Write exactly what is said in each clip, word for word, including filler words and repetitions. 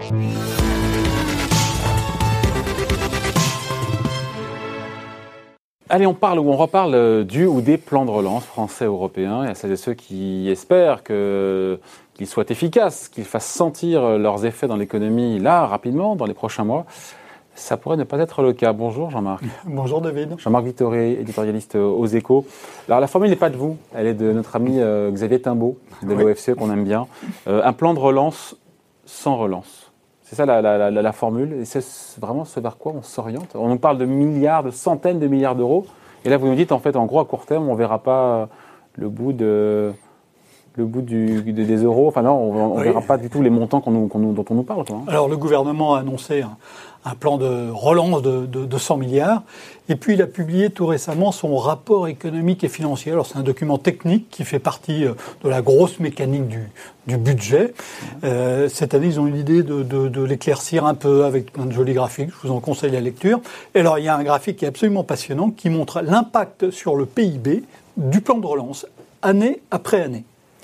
Allez, on parle ou on reparle du ou des plans de relance français, européens, et à celles et ceux qui espèrent que, qu'ils soient efficaces, qu'ils fassent sentir leurs effets dans l'économie là, rapidement, dans les prochains mois. Ça pourrait ne pas être le cas. Bonjour Jean-Marc. Bonjour David. Jean-Marc Vittori, éditorialiste aux Échos. Alors la formule n'est pas de vous, elle est de notre ami euh, Xavier Timbaud, de oui. l'O F C E qu'on aime bien. Euh, un plan de relance sans relance. C'est ça la, la, la, la formule, et c'est vraiment ce vers quoi on s'oriente. On nous parle de milliards, de centaines de milliards d'euros, et là vous nous dites en fait en gros à court terme on ne verra pas le bout, de, le bout du, de, des euros, enfin non, on ne oui. verra pas du tout les montants qu'on nous, qu'on nous, dont on nous parle. Quoi, hein. Alors le gouvernement a annoncé un, un plan de relance de, de, de cent milliards, et puis il a publié tout récemment son rapport économique et financier. Alors c'est un document technique qui fait partie de la grosse mécanique du, du budget. Euh, cette année, ils ont eu l'idée de, de, de l'éclaircir un peu avec plein de jolis graphiques. Je vous en conseille la lecture. Et alors il y a un graphique qui est absolument passionnant qui montre l'impact sur le P I B du plan de relance, année après année.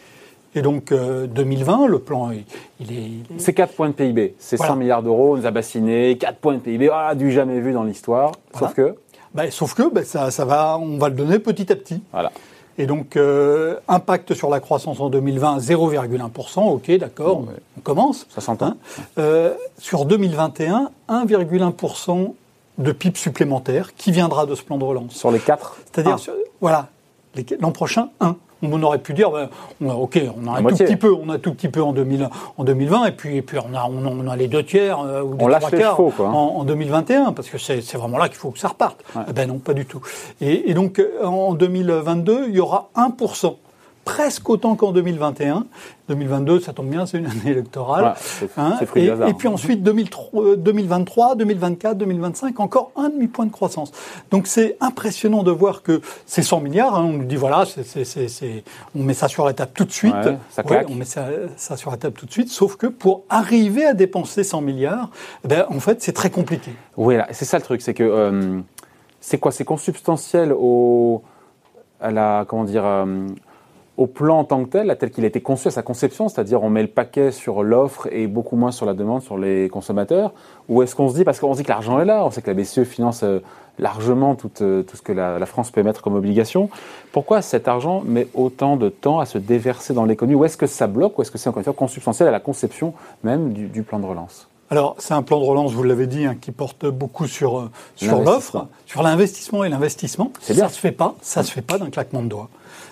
Et donc, euh, deux mille vingt, le plan, il, il est... Il est... C'est quatre points de P I B. C'est voilà. cent milliards d'euros, on nous a bassiné, quatre points de P I B, ah, du jamais vu dans l'histoire. Voilà. Sauf que... Ben, sauf que ben, ça, ça va, on va le donner petit à petit. Voilà. Et donc, euh, impact sur la croissance en deux mille vingt, zéro virgule un pour cent, ok, d'accord, ouais. on commence. Ça s'entend. Hein. Euh, sur deux mille vingt et un, un virgule un pour cent de P I B supplémentaire qui viendra de ce plan de relance. Sur les quatre C'est-à-dire, sur, voilà, les, l'an prochain, un. On aurait pu dire, ben, on a, ok, on a un tout petit peu, on a un tout petit peu en, deux mille, en deux mille vingt, et puis, et puis on a, on, on a les deux tiers euh, ou les trois quarts chevaux, quoi, hein. en, en deux mille vingt et un, parce que c'est, c'est vraiment là qu'il faut que ça reparte. Ouais. Eh ben non, pas du tout. Et, et donc en deux mille vingt-deux, il y aura un pour cent, presque autant qu'en deux mille vingt et un. deux mille vingt-deux, ça tombe bien, c'est une année électorale. Ouais, c'est, hein, c'est fruit et, de hasard. Et puis ensuite, deux mille vingt-trois, deux mille vingt-quatre, deux mille vingt-cinq, encore un demi-point de croissance. Donc c'est impressionnant de voir que ces cent milliards, hein, on nous dit voilà, c'est, c'est, c'est, c'est, on met ça sur la table tout de suite. Ouais, ça claque. Ouais, on met ça, ça sur la table tout de suite, sauf que pour arriver à dépenser cent milliards, eh ben, en fait, c'est très compliqué. Oui, là, c'est ça le truc, c'est que euh, c'est quoi ? C'est consubstantiel au, à la, comment dire, euh, au plan en tant que tel, tel qu'il a été conçu à sa conception, c'est-à-dire on met le paquet sur l'offre et beaucoup moins sur la demande, sur les consommateurs, ou est-ce qu'on se dit, parce qu'on se dit que l'argent est là, on sait que la B C E finance euh, largement tout, euh, tout ce que la, la France peut mettre comme obligation, pourquoi cet argent met autant de temps à se déverser dans l'économie ? Ou est-ce que ça bloque, ou est-ce que c'est encore une fois consubstantiel à la conception même du, du plan de relance ? Alors, c'est un plan de relance, vous l'avez dit, hein, qui porte beaucoup sur, sur l'offre, sur l'investissement et l'investissement. C'est bien. Ça se fait pas, ça se fait pas d'un claquement de doigts.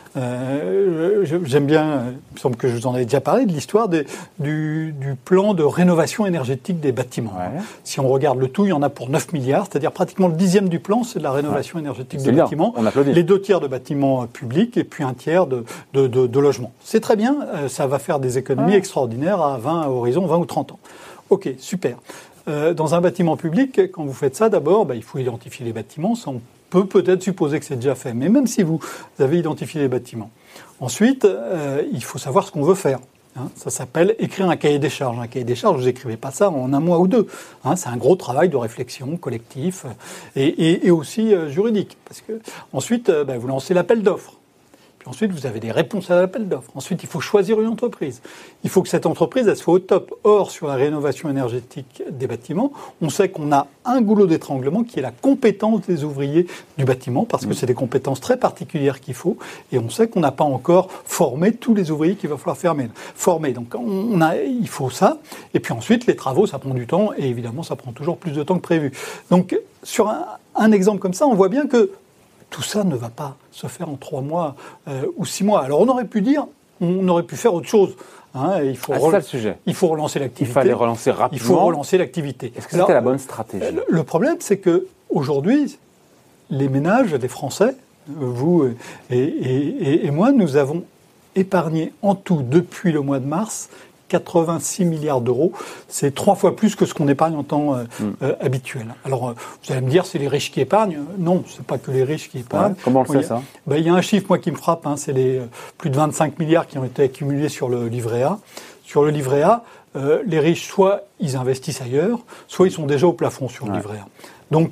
Euh, j'aime bien, il me semble que je vous en avais déjà parlé, de l'histoire des, du, du plan de rénovation énergétique des bâtiments. Ouais. Si on regarde le tout, il y en a pour neuf milliards, c'est-à-dire pratiquement le dixième du plan, c'est de la rénovation ouais. énergétique c'est des bien. bâtiments. On applaudit. Les deux tiers de bâtiments publics et puis un tiers de, de, de, de logements. C'est très bien, ça va faire des économies ouais. extraordinaires à vingt, à horizon vingt ou trente ans. Ok, super. Euh, dans un bâtiment public, quand vous faites ça, d'abord, bah, il faut identifier les bâtiments. Ça, on peut peut-être supposer que c'est déjà fait. Mais même si vous avez identifié les bâtiments. Ensuite, euh, il faut savoir ce qu'on veut faire. Hein, ça s'appelle écrire un cahier des charges. Un cahier des charges, vous n'écrivez pas ça en un mois ou deux. Hein, c'est un gros travail de réflexion collectif et, et, et aussi euh, juridique. Parce que ensuite, euh, bah, vous lancez l'appel d'offres. Puis ensuite, vous avez des réponses à l'appel d'offres. Ensuite, il faut choisir une entreprise. Il faut que cette entreprise, elle soit au top. Or, sur la rénovation énergétique des bâtiments, on sait qu'on a un goulot d'étranglement qui est la compétence des ouvriers du bâtiment, parce que c'est des compétences très particulières qu'il faut. Et on sait qu'on n'a pas encore formé tous les ouvriers qu'il va falloir fermer, former. Donc, on a, il faut ça. Et puis ensuite, les travaux, ça prend du temps. Et évidemment, ça prend toujours plus de temps que prévu. Donc, sur un, un exemple comme ça, on voit bien que tout ça ne va pas se faire en trois mois euh, ou six mois. Alors on aurait pu dire, on aurait pu faire autre chose. Hein, il, faut ah, rel- c'est ça le sujet. il faut relancer l'activité. Il fallait relancer rapidement. Il faut relancer l'activité. Est-ce que c'était Alors, la bonne stratégie ? Le, le problème, c'est que aujourd'hui, les ménages, les Français, vous et, et, et moi, nous avons épargné en tout depuis le mois de mars quatre-vingt-six milliards d'euros. C'est trois fois plus que ce qu'on épargne en temps euh, mm. euh, habituel. Alors, euh, vous allez me dire, c'est les riches qui épargnent. Non, c'est pas que les riches qui épargnent. Ouais, comment on le fait, sait, ça ? Ben, il y a un chiffre, moi, qui me frappe. Hein, c'est les euh, plus de vingt-cinq milliards qui ont été accumulés sur le livret A. Sur le livret A, euh, les riches, soit ils investissent ailleurs, soit ils sont déjà au plafond sur le ouais. livret A. Donc,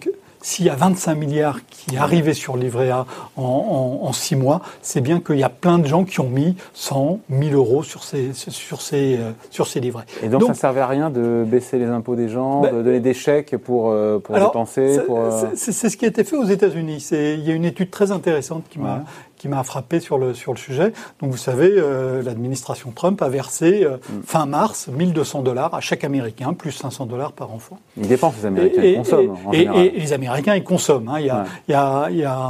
s'il y a vingt-cinq milliards qui arrivaient sur le livret A en, en, en six mois, c'est bien qu'il y a plein de gens qui ont mis cent, mille euros sur ces, sur ces, euh, sur ces livrets. Et donc, donc ça ne servait à rien de baisser les impôts des gens, ben, de donner des chèques pour, euh, pour alors, dépenser pour, euh... c'est, c'est ce qui a été fait aux États-Unis. C'est, il y a une étude très intéressante qui m'a... Ouais. qui m'a frappé sur le, sur le sujet. Donc, vous savez, euh, l'administration Trump a versé, euh, mm. fin mars, mille deux cents dollars à chaque Américain, plus cinq cents dollars par enfant. Ils dépensent, les Américains, et, ils consomment, en et, général. Et, et les Américains, ils consomment. Hein. Il y a, ouais. il y a, il y a,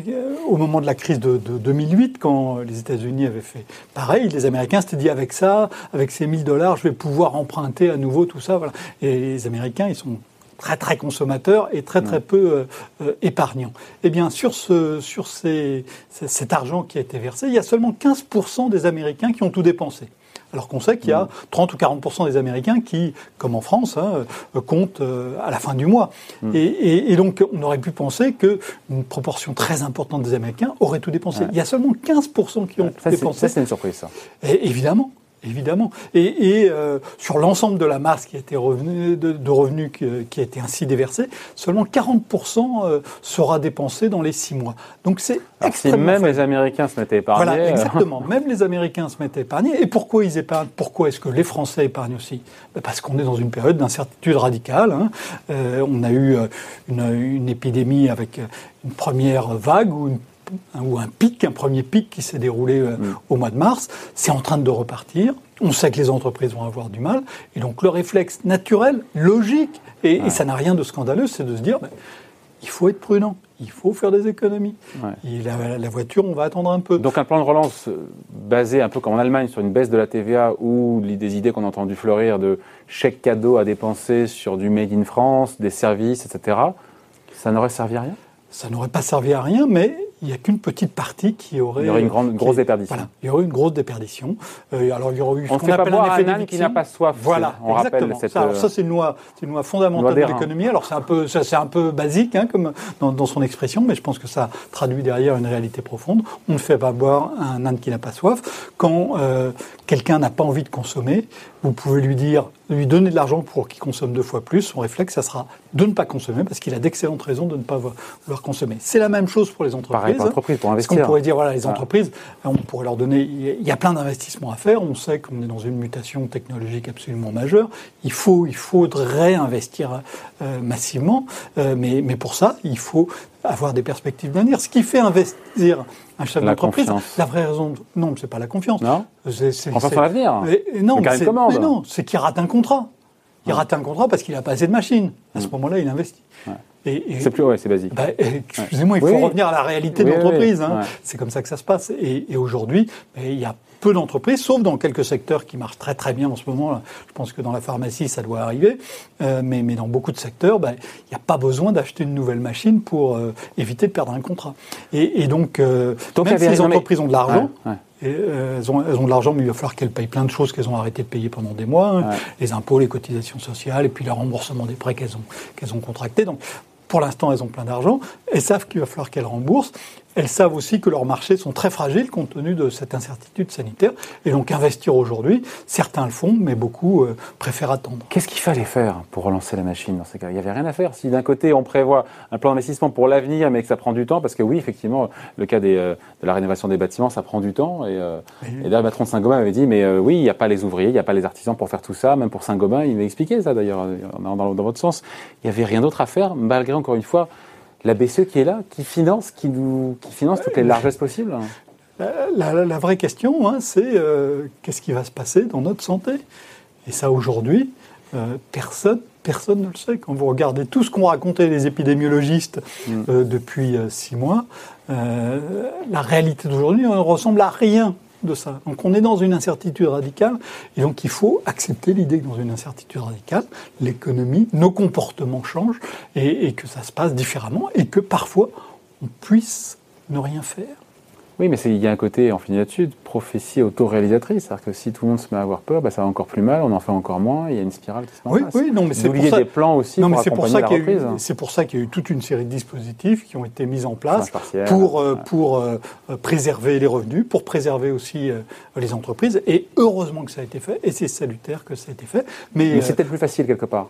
au moment de la crise de, de deux mille huit, quand les États-Unis avaient fait pareil, les Américains s'étaient dit, avec ça, avec ces mille dollars, je vais pouvoir emprunter à nouveau tout ça. Voilà. Et les Américains, ils sont très très consommateurs et très très peu euh, épargnants. Eh bien, sur, ce, sur ces, cet argent qui a été versé, il y a seulement quinze pour cent des Américains qui ont tout dépensé. Alors qu'on sait qu'il y a trente ou quarante pour cent des Américains qui, comme en France, hein, comptent euh, à la fin du mois. Mmh. Et, et, et donc, on aurait pu penser qu'une proportion très importante des Américains auraient tout dépensé. Ouais. Il y a seulement quinze pour cent qui ont ouais, tout ça, dépensé. C'est, ça, c'est une surprise, ça. Et, évidemment. Évidemment. Et, et euh, sur l'ensemble de la masse qui a été revenu, de, de revenus qui, qui a été ainsi déversée, seulement quarante pour cent euh, sera dépensé dans les six mois. Donc c'est Alors extrêmement si même faible. Les Américains se mettaient épargnés... Voilà, exactement. Même les Américains se mettaient épargnés. Et pourquoi ils épargnent ? Pourquoi est-ce que les Français épargnent aussi ? Parce qu'on est dans une période d'incertitude radicale. Hein. Euh, on a eu une, une épidémie avec une première vague ou une ou un pic, un premier pic qui s'est déroulé euh, mmh. au mois de mars, c'est en train de repartir. On sait que les entreprises vont avoir du mal. Et donc le réflexe naturel, logique, et, ouais. et ça n'a rien de scandaleux, c'est de se dire, ben, il faut être prudent, il faut faire des économies. Ouais. Et la, la voiture, on va attendre un peu. Donc un plan de relance basé un peu comme en Allemagne sur une baisse de la T V A ou des idées qu'on a entendu fleurir de chèques cadeaux à dépenser sur du Made in France, des services, et cetera, ça n'aurait servi à rien ? Ça n'aurait pas servi à rien, mais il n'y a qu'une petite partie qui aurait... Il y aurait une grande, grosse déperdition. Voilà, il y aurait une grosse déperdition. Euh, alors, il y aurait eu ce on qu'on ne fait appelle pas boire un effet un âne qui n'a pas soif. Voilà, on exactement. Rappelle cette, ça, alors ça, c'est une loi, c'est une loi fondamentale loi de l'économie. Alors, c'est un peu, ça, c'est un peu basique hein, comme dans, dans son expression, mais je pense que ça traduit derrière une réalité profonde. On ne fait pas boire un âne qui n'a pas soif. Quand euh, quelqu'un n'a pas envie de consommer, vous pouvez lui dire, lui donner de l'argent pour qu'il consomme deux fois plus. Son réflexe, ça sera de ne pas consommer parce qu'il a d'excellentes raisons de ne pas vouloir consommer. C'est la même chose pour les entreprises. Pareil pour l'entreprise, pour investir. Parce qu'on pourrait dire, voilà, les entreprises, on pourrait leur donner, il y a plein d'investissements à faire. On sait qu'on est dans une mutation technologique absolument majeure. Il faut, il faudrait investir euh, massivement, euh, mais, mais pour ça, il faut avoir des perspectives d'avenir. Ce qui fait investir un chef la d'entreprise, confiance. La vraie raison, de, non, c'est pas la confiance. Non. C'est, c'est, confiance c'est, en l'avenir. Mais, non, le c'est, mais non, c'est qu'il rate un contrat. Il ouais. rate un contrat parce qu'il n'a pas assez de machines. À ce mmh. moment-là, il investit. Ouais. Et, et, c'est plus, ouais, c'est basique. Bah, excusez-moi, il faut oui. revenir à la réalité oui, de l'entreprise. Oui, oui. Hein. Ouais. C'est comme ça que ça se passe. Et, et aujourd'hui, il y a peu d'entreprises, sauf dans quelques secteurs qui marchent très très bien en ce moment. Là. Je pense que dans la pharmacie, ça doit arriver. Euh, mais, mais dans beaucoup de secteurs, il bah, n'y a pas besoin d'acheter une nouvelle machine pour euh, éviter de perdre un contrat. Et, et donc, euh, donc, même si les entreprises mais... ont de l'argent, ouais, ouais. Et, euh, elles, ont, elles ont de l'argent, mais il va falloir qu'elles payent plein de choses qu'elles ont arrêté de payer pendant des mois. Hein. Ouais. Les impôts, les cotisations sociales, et puis le remboursement des prêts qu'elles ont, qu'elles ont contractés. Donc, pour l'instant, elles ont plein d'argent. Elles savent qu'il va falloir qu'elles remboursent. Elles savent aussi que leurs marchés sont très fragiles compte tenu de cette incertitude sanitaire. Et donc, investir aujourd'hui, certains le font, mais beaucoup euh, préfèrent attendre. Qu'est-ce qu'il fallait faire pour relancer la machine dans ces cas ? Il n'y avait rien à faire. Si d'un côté, on prévoit un plan d'investissement pour l'avenir, mais que ça prend du temps, parce que oui, effectivement, le cas des, euh, de la rénovation des bâtiments, ça prend du temps. Et, euh, et d'ailleurs, le patron de Saint-Gobain avait dit, mais euh, oui, il n'y a pas les ouvriers, il n'y a pas les artisans pour faire tout ça. Même pour Saint-Gobain, il m'a expliqué ça d'ailleurs, dans, dans, dans votre sens. Il n'y avait rien d'autre à faire, malgré, encore une fois, la B C E qui est là, qui finance, qui, nous, qui finance toutes les largesses possibles. La, la, la vraie question, hein, c'est euh, qu'est-ce qui va se passer dans notre santé ? Et ça, aujourd'hui, euh, personne, personne ne le sait. Quand vous regardez tout ce qu'ont raconté les épidémiologistes mmh. euh, depuis euh, six mois, euh, la réalité d'aujourd'hui ne ressemble à rien de ça. Donc on est dans une incertitude radicale et donc il faut accepter l'idée que dans une incertitude radicale, l'économie, nos comportements changent et, et que ça se passe différemment et que parfois on puisse ne rien faire. Oui, mais il y a un côté, on finit là-dessus, de prophétie autoréalisatrice. C'est-à-dire que si tout le monde se met à avoir peur, bah, ça va encore plus mal, on en fait encore moins, il y a une spirale qui se met oui, en place. Oui, non, mais c'est Vous vouliez pour ça... des plans aussi non, pour accompagner la reprise. Eu, c'est pour ça qu'il y a eu toute une série de dispositifs qui ont été mis en place partiel, pour, ouais. euh, pour euh, préserver les revenus, pour préserver aussi euh, les entreprises. Et heureusement que ça a été fait, et c'est salutaire que ça a été fait. Mais, mais euh, c'est peut-être plus facile quelque part.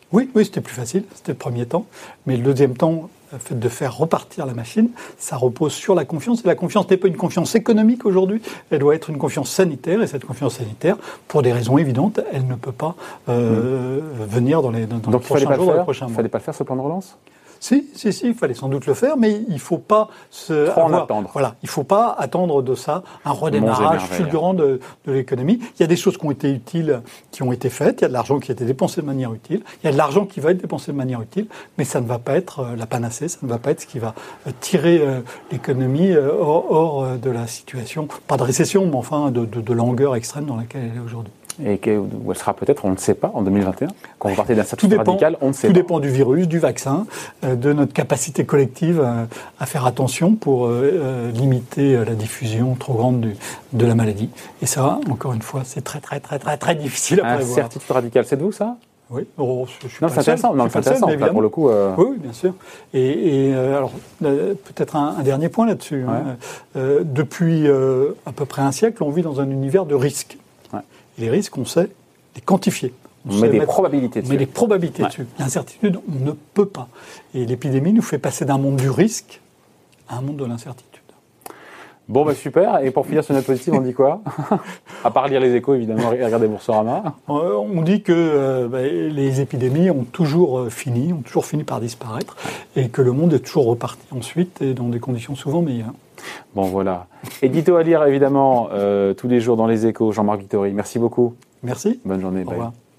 Oui, oui, c'était plus facile, c'était le premier temps. Mais le deuxième temps, le fait de faire repartir la machine, ça repose sur la confiance. Et la confiance n'est pas une confiance économique aujourd'hui, elle doit être une confiance sanitaire. Et cette confiance sanitaire, pour des raisons évidentes, elle ne peut pas euh, mmh. venir dans les, dans Donc les prochains jours, dans les prochains mois. Il ne fallait pas le faire, ce plan de relance ? Si, si, si, il fallait sans doute le faire, mais il ne faut pas se Trop avoir, en attendre. Voilà, il faut pas attendre de ça un redémarrage fulgurant de, de l'économie. Il y a des choses qui ont été utiles, qui ont été faites. Il y a de l'argent qui a été dépensé de manière utile. Il y a de l'argent qui va être dépensé de manière utile, mais ça ne va pas être la panacée. Ça ne va pas être ce qui va tirer l'économie hors, hors de la situation, pas de récession, mais enfin de, de, de langueur extrême dans laquelle elle est aujourd'hui. Et où elle sera peut-être, on ne sait pas, en deux mille vingt et un. Quand vous partez d'incertitude radicale, on ne sait tout pas. Tout dépend du virus, du vaccin, euh, de notre capacité collective à, à faire attention pour euh, limiter la diffusion trop grande du, de la maladie. Et ça, encore une fois, c'est très, très, très, très, très difficile à prévoir. Incertitude radicale, c'est de vous, ça ? Oui, oh, je, je suis non, pas c'est intéressant. Non, c'est intéressant. Seul, là, pour le coup. Euh... Oui, oui, bien sûr. Et, et euh, alors, euh, peut-être un, un dernier point là-dessus. Ouais. Hein. Euh, depuis euh, à peu près un siècle, on vit dans un univers de risques. Ouais. Et les risques, on sait les quantifier. On, on met des mettre, probabilités dessus. On met des probabilités ouais. dessus. L'incertitude, on ne peut pas. Et l'épidémie nous fait passer d'un monde du risque à un monde de l'incertitude. Bon, bah super. Et pour finir sur une note positive, on dit quoi ? À part lire les Échos, évidemment, et regarder Boursorama. Euh, on dit que euh, bah, les épidémies ont toujours euh, fini, ont toujours fini par disparaître, et que le monde est toujours reparti ensuite, et dans des conditions souvent meilleures. Bon, voilà. Édito à lire, évidemment, euh, tous les jours dans les Échos. Jean-Marc Vittori, merci beaucoup. Merci. Bonne journée. Au revoir. Bye.